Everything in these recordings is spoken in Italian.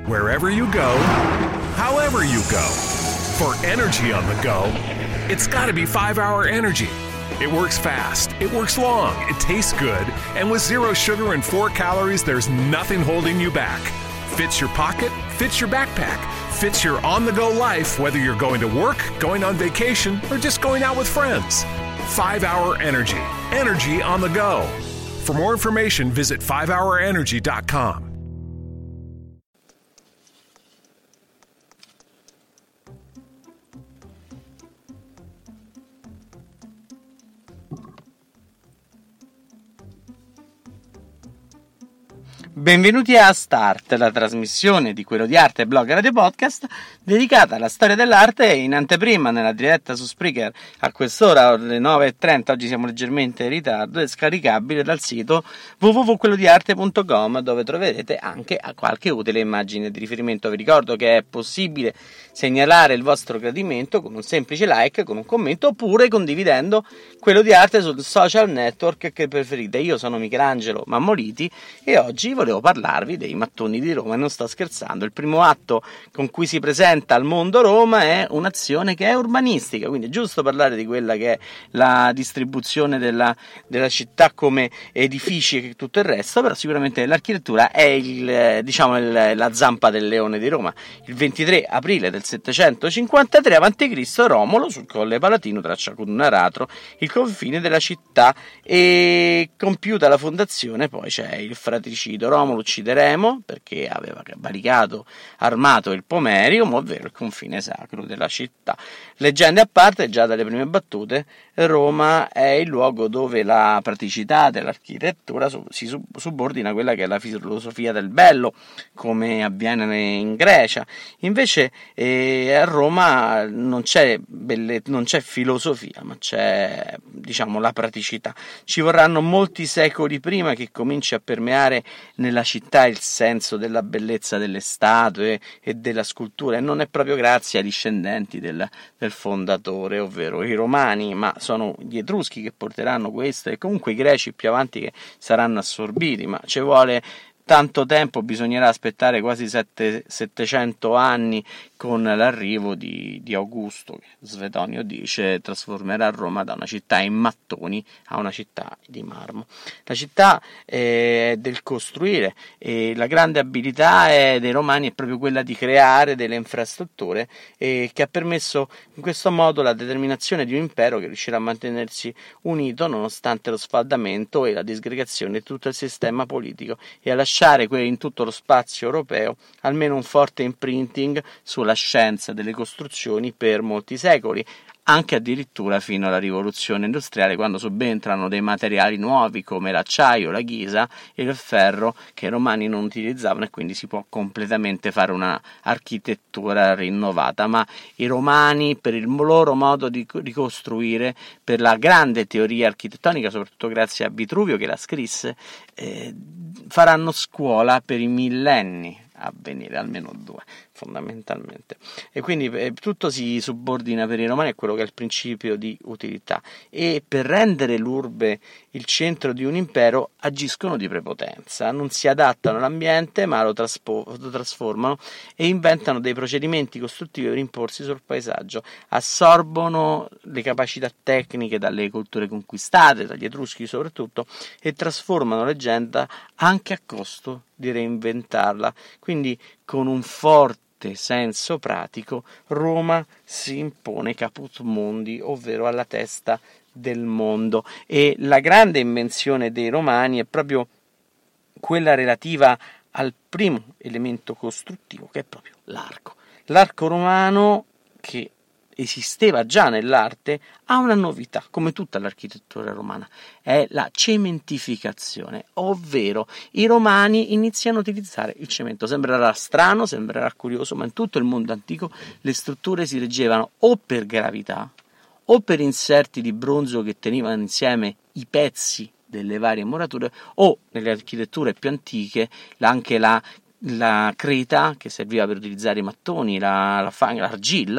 wherever you go, however you go. For energy on the go, it's gotta be 5 Hour Energy. It works fast, it works long, it tastes good, and with 0 sugar and 4 calories, there's nothing holding you back. Fits your pocket, fits your backpack, fits your on-the-go life, whether you're going to work, going on vacation, or just going out with friends. 5 Hour Energy. Energy on the go. For more information, visit 5hourenergy.com. Benvenuti a Start, la trasmissione di Quello di Arte blog radio podcast dedicata alla storia dell'arte in anteprima nella diretta su Spreaker a quest'ora alle 9:30. Oggi siamo leggermente in ritardo, è scaricabile dal sito www.quellodiarte.com, dove troverete anche qualche utile immagine di riferimento. Vi ricordo che è possibile segnalare il vostro gradimento con un semplice like, con un commento, oppure condividendo Quello di Arte sul social network che preferite. Io sono Michelangelo Mammoliti e oggi volevo parlarvi dei mattoni di Roma, e non sto scherzando. Il primo atto con cui si presenta al mondo Roma è un'azione che è urbanistica, quindi è giusto parlare di quella che è la distribuzione della città come edifici e tutto il resto, però sicuramente l'architettura è la zampa del leone di Roma. Il 23 aprile del 753 a.C. Romolo sul Colle Palatino traccia con un aratro il confine della città, e compiuta la fondazione poi c'è il fratricidio. Romolo uccide Remo perché aveva armato il Pomerium, ovvero il confine sacro della città. Leggende a parte, già dalle prime battute, Roma è il luogo dove la praticità dell'architettura si subordina a quella che è la filosofia del bello, come avviene in Grecia. Invece a Roma non c'è filosofia, ma c'è la praticità. Ci vorranno molti secoli prima che cominci a permeare nella città il senso della bellezza delle statue e della scultura, e non è proprio grazie ai discendenti del fondatore, ovvero i romani, ma sono gli etruschi che porteranno questo, e comunque i greci più avanti che saranno assorbiti. Ma ci vuole tanto tempo, bisognerà aspettare quasi 700 anni con l'arrivo di Augusto, che Svetonio dice trasformerà Roma da una città in mattoni a una città di marmo. La città è del costruire, e la grande abilità dei romani è proprio quella di creare delle infrastrutture, che ha permesso in questo modo la determinazione di un impero che riuscirà a mantenersi unito nonostante lo sfaldamento e la disgregazione di tutto il sistema politico, e a lasciare in tutto lo spazio europeo almeno un forte imprinting sulla scienza delle costruzioni per molti secoli, anche addirittura fino alla rivoluzione industriale, quando subentrano dei materiali nuovi come l'acciaio, la ghisa e il ferro che i romani non utilizzavano, e quindi si può completamente fare una architettura rinnovata. Ma i romani, per il loro modo di ricostruire, per la grande teoria architettonica, soprattutto grazie a Vitruvio che la scrisse, faranno scuola per i millenni a venire, almeno 2 fondamentalmente, e quindi tutto si subordina per i romani a quello che è il principio di utilità, e per rendere l'urbe il centro di un impero agiscono di prepotenza, non si adattano all'ambiente ma lo trasformano, e inventano dei procedimenti costruttivi per imporsi sul paesaggio, assorbono le capacità tecniche dalle culture conquistate, dagli etruschi soprattutto, e trasformano leggenda anche a costo di reinventarla. Quindi con un forte senso pratico Roma si impone caput mundi, ovvero alla testa del mondo, e la grande invenzione dei romani è proprio quella relativa al primo elemento costruttivo, che è proprio l'arco romano, che esisteva già nell'arte, ha una novità, come tutta l'architettura romana, è la cementificazione, ovvero i romani iniziano a utilizzare il cemento. Sembrerà strano, sembrerà curioso, ma in tutto il mondo antico le strutture si reggevano o per gravità o per inserti di bronzo che tenevano insieme i pezzi delle varie murature, o nelle architetture più antiche anche la creta, che serviva per utilizzare i mattoni, l'argilla,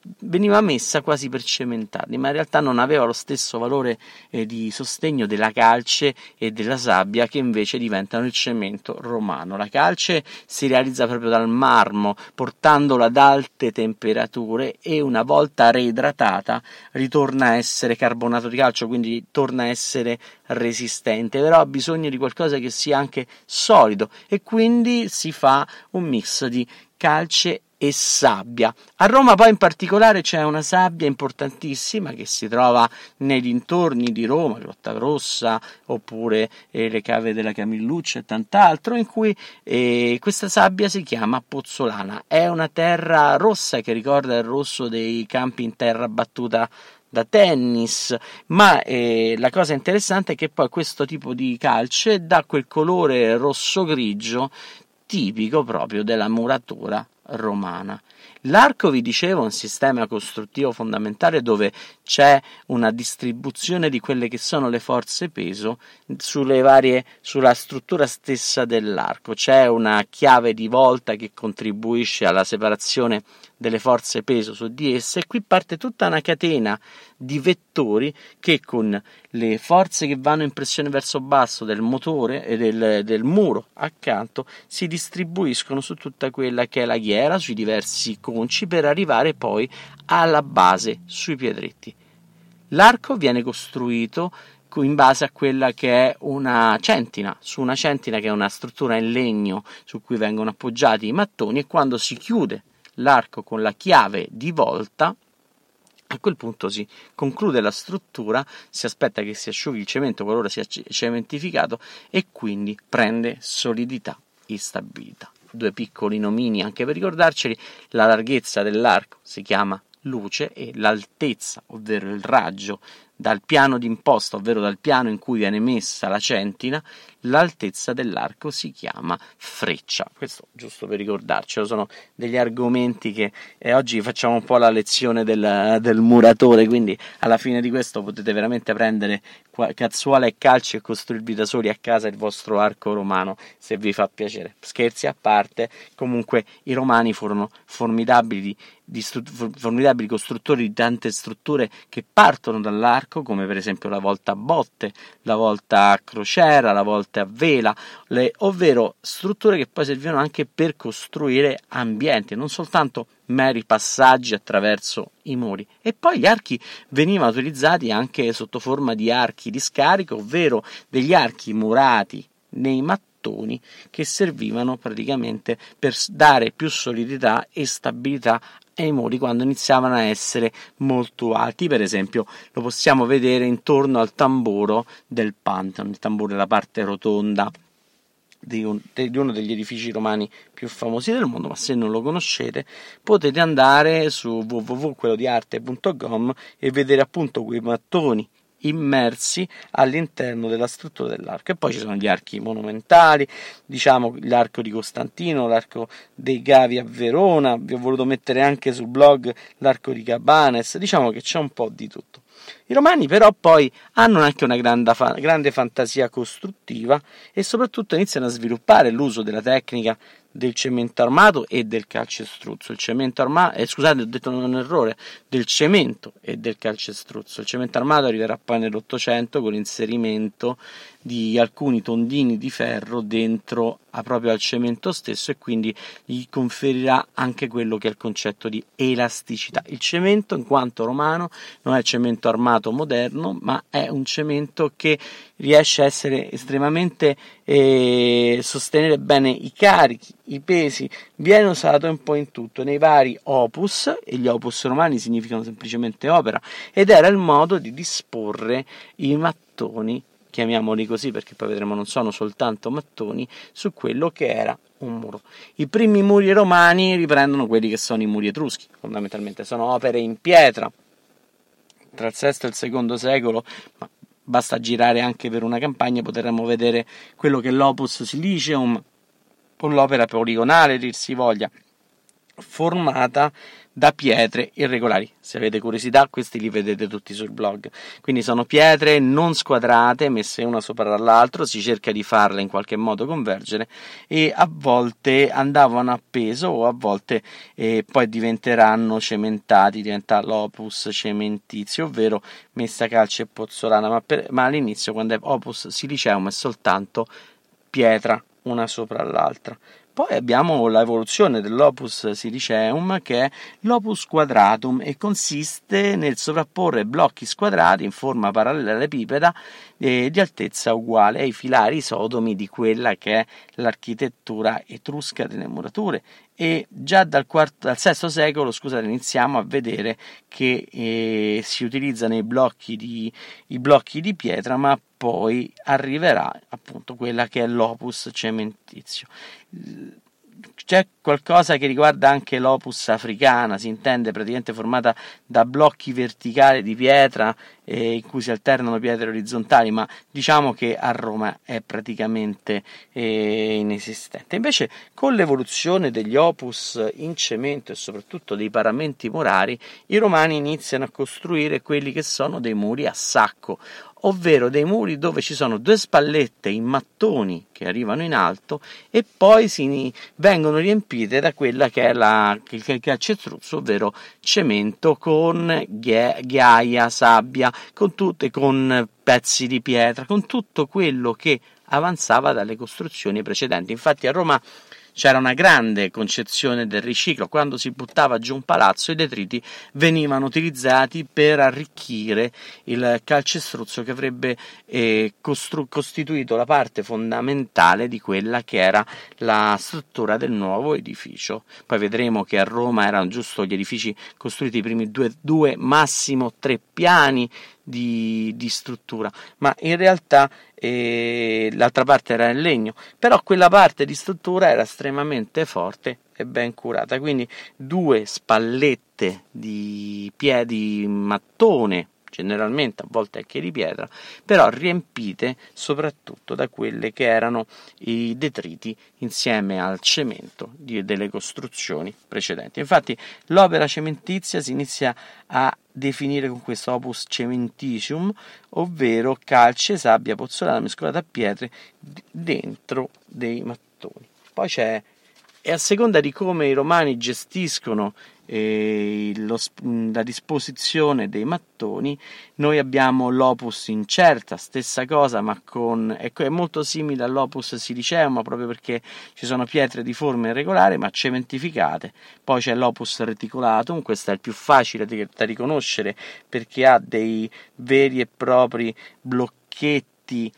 veniva messa quasi per cementarli, ma in realtà non aveva lo stesso valore di sostegno della calce e della sabbia, che invece diventano il cemento romano. La calce si realizza proprio dal marmo, portandola ad alte temperature, e una volta reidratata ritorna a essere carbonato di calcio, quindi torna a essere resistente, però ha bisogno di qualcosa che sia anche solido, e quindi si fa un mix di calce e sabbia. A Roma poi in particolare c'è una sabbia importantissima che si trova nei dintorni di Roma, Grotta Rossa, oppure le cave della Camilluccia e tant'altro, in cui questa sabbia si chiama pozzolana. È una terra rossa che ricorda il rosso dei campi in terra battuta da tennis, ma la cosa interessante è che poi questo tipo di calce dà quel colore rosso-grigio tipico proprio della muratura romana. L'arco, vi dicevo, è un sistema costruttivo fondamentale dove c'è una distribuzione di quelle che sono le forze peso sulla struttura stessa dell'arco. C'è una chiave di volta che contribuisce alla separazione delle forze peso su di esse, e qui parte tutta una catena di vettori che, con le forze che vanno in pressione verso basso del motore e del muro accanto, si distribuiscono su tutta quella che è la ghiera, sui diversi conci, per arrivare poi alla base, sui piedretti. L'arco viene costruito in base a quella che è una centina, su una centina che è una struttura in legno su cui vengono appoggiati i mattoni, e quando si chiude l'arco con la chiave di volta, a quel punto si conclude la struttura, si aspetta che si asciughi il cemento qualora sia cementificato, e quindi prende solidità e stabilità. Due piccoli nomini anche per ricordarceli: la larghezza dell'arco si chiama luce, e l'altezza, ovvero il raggio dal piano d'imposta, ovvero dal piano in cui viene messa la centina, l'altezza dell'arco si chiama freccia. Questo giusto per ricordarcelo, sono degli argomenti che oggi facciamo un po' la lezione del muratore, quindi alla fine di questo potete veramente prendere cazzuola e calci e costruirvi da soli a casa il vostro arco romano, se vi fa piacere. Scherzi a parte, comunque i romani furono formidabili costruttori di tante strutture che partono dall'arco, come per esempio la volta a botte, la volta a crociera, la volta a vela, ovvero strutture che poi servivano anche per costruire ambienti, non soltanto meri passaggi attraverso i muri. E poi gli archi venivano utilizzati anche sotto forma di archi di scarico, ovvero degli archi murati nei mattoni che servivano praticamente per dare più solidità e stabilità ai muri quando iniziavano a essere molto alti. Per esempio lo possiamo vedere intorno al tamburo del Pantheon. Il tamburo è la parte rotonda di uno degli edifici romani più famosi del mondo, ma se non lo conoscete potete andare su www.quellodiarte.com e vedere appunto quei mattoni immersi all'interno della struttura dell'arco. E poi ci sono gli archi monumentali, diciamo l'arco di Costantino, l'arco dei Gavi a Verona, vi ho voluto mettere anche sul blog l'arco di Cabanes, diciamo che c'è un po' di tutto. I romani però poi hanno anche una grande fantasia costruttiva, e soprattutto iniziano a sviluppare l'uso della tecnica del cemento armato e del calcestruzzo. Il cemento armato, scusate, ho detto un errore, del cemento e del calcestruzzo. Il cemento armato arriverà poi nell'Ottocento con l'inserimento di alcuni tondini di ferro dentro proprio al cemento stesso, e quindi gli conferirà anche quello che è il concetto di elasticità. Il cemento, in quanto romano, non è cemento armato moderno, ma è un cemento che riesce a essere estremamente sostenere bene i carichi, i pesi, viene usato un po' in tutto, nei vari opus, e gli opus romani significano semplicemente opera, ed era il modo di disporre i mattoni, chiamiamoli così perché poi vedremo non sono soltanto mattoni, su quello che era un muro. I primi muri romani riprendono quelli che sono i muri etruschi, fondamentalmente sono opere in pietra tra il VI e il II secolo, ma basta girare anche per una campagna, potremmo vedere quello che è l'opus siliceum o l'opera poligonale, dir si voglia. formata da pietre irregolari. Se avete curiosità, questi li vedete tutti sul blog. Quindi sono pietre non squadrate, messe una sopra l'altra, si cerca di farle in qualche modo convergere, e a volte andavano a peso o a volte poi diventeranno cementati, diventa l'opus cementizio, ovvero messa calce e pozzolana, ma all'inizio, quando è opus siliceum, è soltanto pietra una sopra l'altra. Poi abbiamo l'evoluzione dell'opus siliceum, che è l'opus quadratum, e consiste nel sovrapporre blocchi squadrati in forma parallelepipeda di altezza uguale ai filari isotomi di quella che è l'architettura etrusca delle murature. E già dal VI secolo, iniziamo a vedere che si utilizzano i blocchi di pietra, ma poi arriverà appunto quella che è l'opus cementizio. C'è qualcosa che riguarda anche l'opus africana, si intende praticamente formata da blocchi verticali di pietra in cui si alternano pietre orizzontali, ma diciamo che a Roma è praticamente inesistente. Invece, con l'evoluzione degli opus in cemento e soprattutto dei paramenti murari, i romani iniziano a costruire quelli che sono dei muri a sacco, ovvero dei muri dove ci sono due spallette in mattoni che arrivano in alto e poi vengono riempite da quella che è il calcestruzzo, ovvero cemento con ghiaia, sabbia, con pezzi di pietra, con tutto quello che avanzava dalle costruzioni precedenti. Infatti a Roma c'era una grande concezione del riciclo. Quando si buttava giù un palazzo, i detriti venivano utilizzati per arricchire il calcestruzzo che avrebbe costituito la parte fondamentale di quella che era la struttura del nuovo edificio. Poi vedremo che a Roma erano giusto gli edifici costruiti i primi due massimo 3 piani di struttura, ma in realtà l'altra parte era in legno, però quella parte di struttura era estremamente forte e ben curata, quindi 2 spallette di mattone, generalmente a volte anche di pietra, però riempite soprattutto da quelle che erano i detriti insieme al cemento delle costruzioni precedenti. Infatti l'opera cementizia si inizia a definire con questo opus cementitium, ovvero calce, sabbia, pozzolana mescolata a pietre dentro dei mattoni. Poi e a seconda di come i romani gestiscono la disposizione dei mattoni, noi abbiamo l'opus incerta, stessa cosa, ma è molto simile all'opus siliceum, proprio perché ci sono pietre di forma irregolare ma cementificate. Poi c'è l'opus reticulatum, questo è il più facile da riconoscere perché ha dei veri e propri blocchetti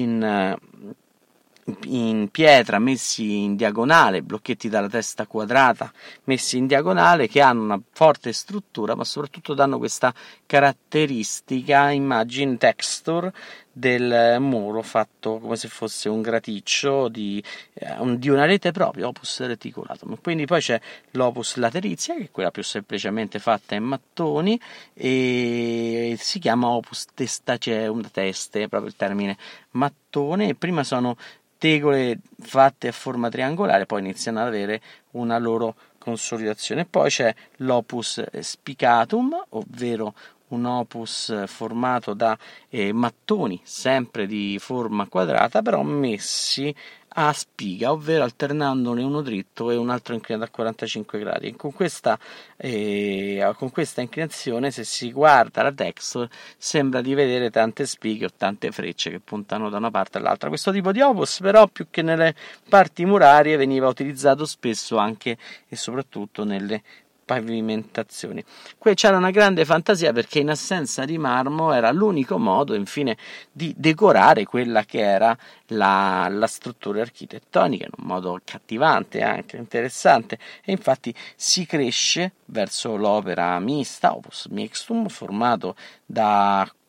in pietra messi in diagonale, blocchetti dalla testa quadrata messi in diagonale, che hanno una forte struttura ma soprattutto danno questa caratteristica texture del muro fatto come se fosse un graticcio di una rete propria, opus reticulatum. Quindi poi c'è l'opus laterizia, che è quella più semplicemente fatta in mattoni e si chiama opus testaceum, teste, proprio il termine mattone, e prima sono tegole fatte a forma triangolare, poi iniziano ad avere una loro consolidazione. Poi c'è l'opus spicatum, ovvero un opus formato da mattoni sempre di forma quadrata, però messi a spiga, ovvero alternandone uno dritto e un altro inclinato a 45 gradi. Con questa inclinazione, se si guarda la texture, sembra di vedere tante spighe o tante frecce che puntano da una parte all'altra. Questo tipo di opus, però, più che nelle parti murarie, veniva utilizzato spesso anche e soprattutto nelle pavimentazioni. Qui c'era una grande fantasia, perché in assenza di marmo era l'unico modo, infine, di decorare quella che era la struttura architettonica in un modo accattivante e anche interessante, e infatti si cresce verso l'opera mista, opus mixtum, formato da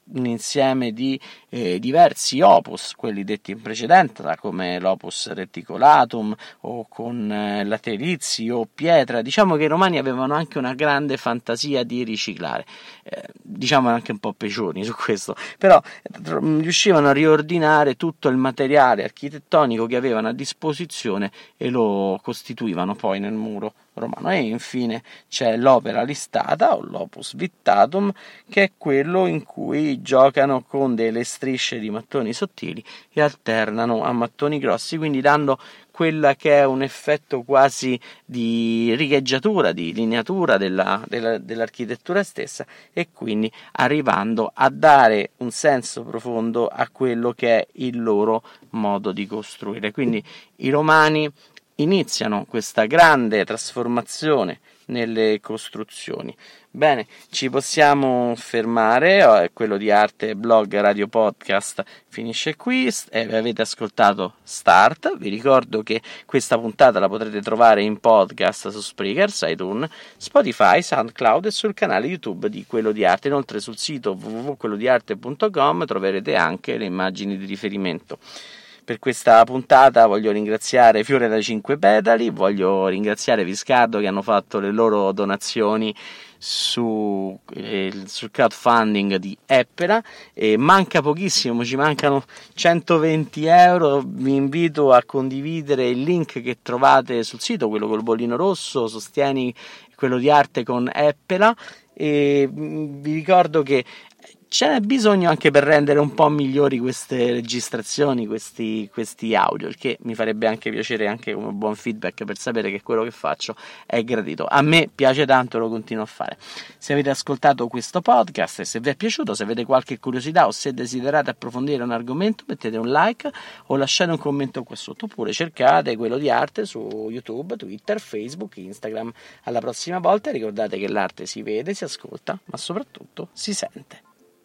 un insieme di diversi opus, quelli detti in precedenza, come l'opus reticolatum o con laterizi o pietra. Diciamo che i romani avevano anche una grande fantasia di riciclare, diciamo anche un po' pecioni su questo, però riuscivano a riordinare tutto il materiale architettonico che avevano a disposizione e lo costituivano poi nel muro romano. E infine c'è l'opera listata o l'opus vittatum, che è quello in cui giocano con delle strisce di mattoni sottili e alternano a mattoni grossi, quindi dando quella che è un effetto quasi di righeggiatura, di lineatura dell'architettura stessa, e quindi arrivando a dare un senso profondo a quello che è il loro modo di costruire. Quindi i romani iniziano questa grande trasformazione nelle costruzioni. Bene, ci possiamo fermare, quello di Arte Blog Radio Podcast finisce qui, avete ascoltato Start. Vi ricordo che questa puntata la potrete trovare in podcast su Spreaker, iTunes, Spotify, SoundCloud e sul canale YouTube di Quello di Arte. Inoltre sul sito www.quellodiarte.com troverete anche le immagini di riferimento. Per questa puntata voglio ringraziare Fiore da 5 Petali, voglio ringraziare Viscardo che hanno fatto le loro donazioni sul crowdfunding di Eppera, e manca pochissimo, ci mancano 120 euro. Vi invito a condividere il link che trovate sul sito, quello col bollino rosso, sostieni Quello di Arte con Eppera, e vi ricordo che ce n'è bisogno anche per rendere un po' migliori queste registrazioni, questi audio, il che mi farebbe anche piacere, anche come buon feedback, per sapere che quello che faccio è gradito. A me piace tanto e lo continuo a fare. Se avete ascoltato questo podcast e se vi è piaciuto, se avete qualche curiosità o se desiderate approfondire un argomento, mettete un like o lasciate un commento qua sotto, oppure cercate Quello di Arte su YouTube, Twitter, Facebook, Instagram. Alla prossima volta, ricordate che l'arte si vede, si ascolta, ma soprattutto si sente.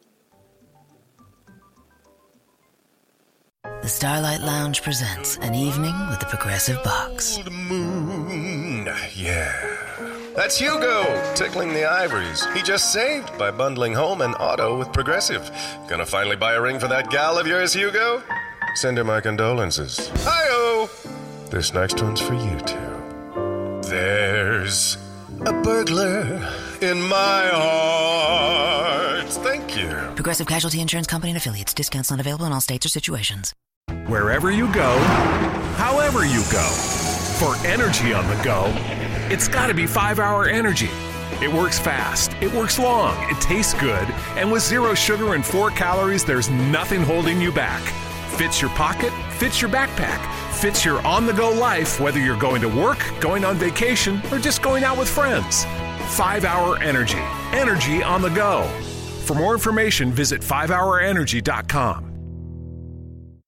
The Starlight Lounge presents An Evening with the Progressive Box. Old moon, yeah. That's Hugo, tickling the ivories. He just saved by bundling home and auto with Progressive. Gonna finally buy a ring for that gal of yours, Hugo? Send her my condolences. Hi-oh! This next one's for you, too. There's a burglar in my heart. Thank you. Progressive Casualty Insurance Company and Affiliates. Discounts not available in all states or situations. Wherever you go, however you go, for energy on the go, it's got to be 5 Hour Energy. It works fast, it works long, it tastes good, and with 0 sugar and 4 calories, there's nothing holding you back. Fits your pocket, fits your backpack, fits your on-the-go life, whether you're going to work, going on vacation, or just going out with friends. 5 Hour Energy. Energy on the go. For more information, visit 5hourenergy.com.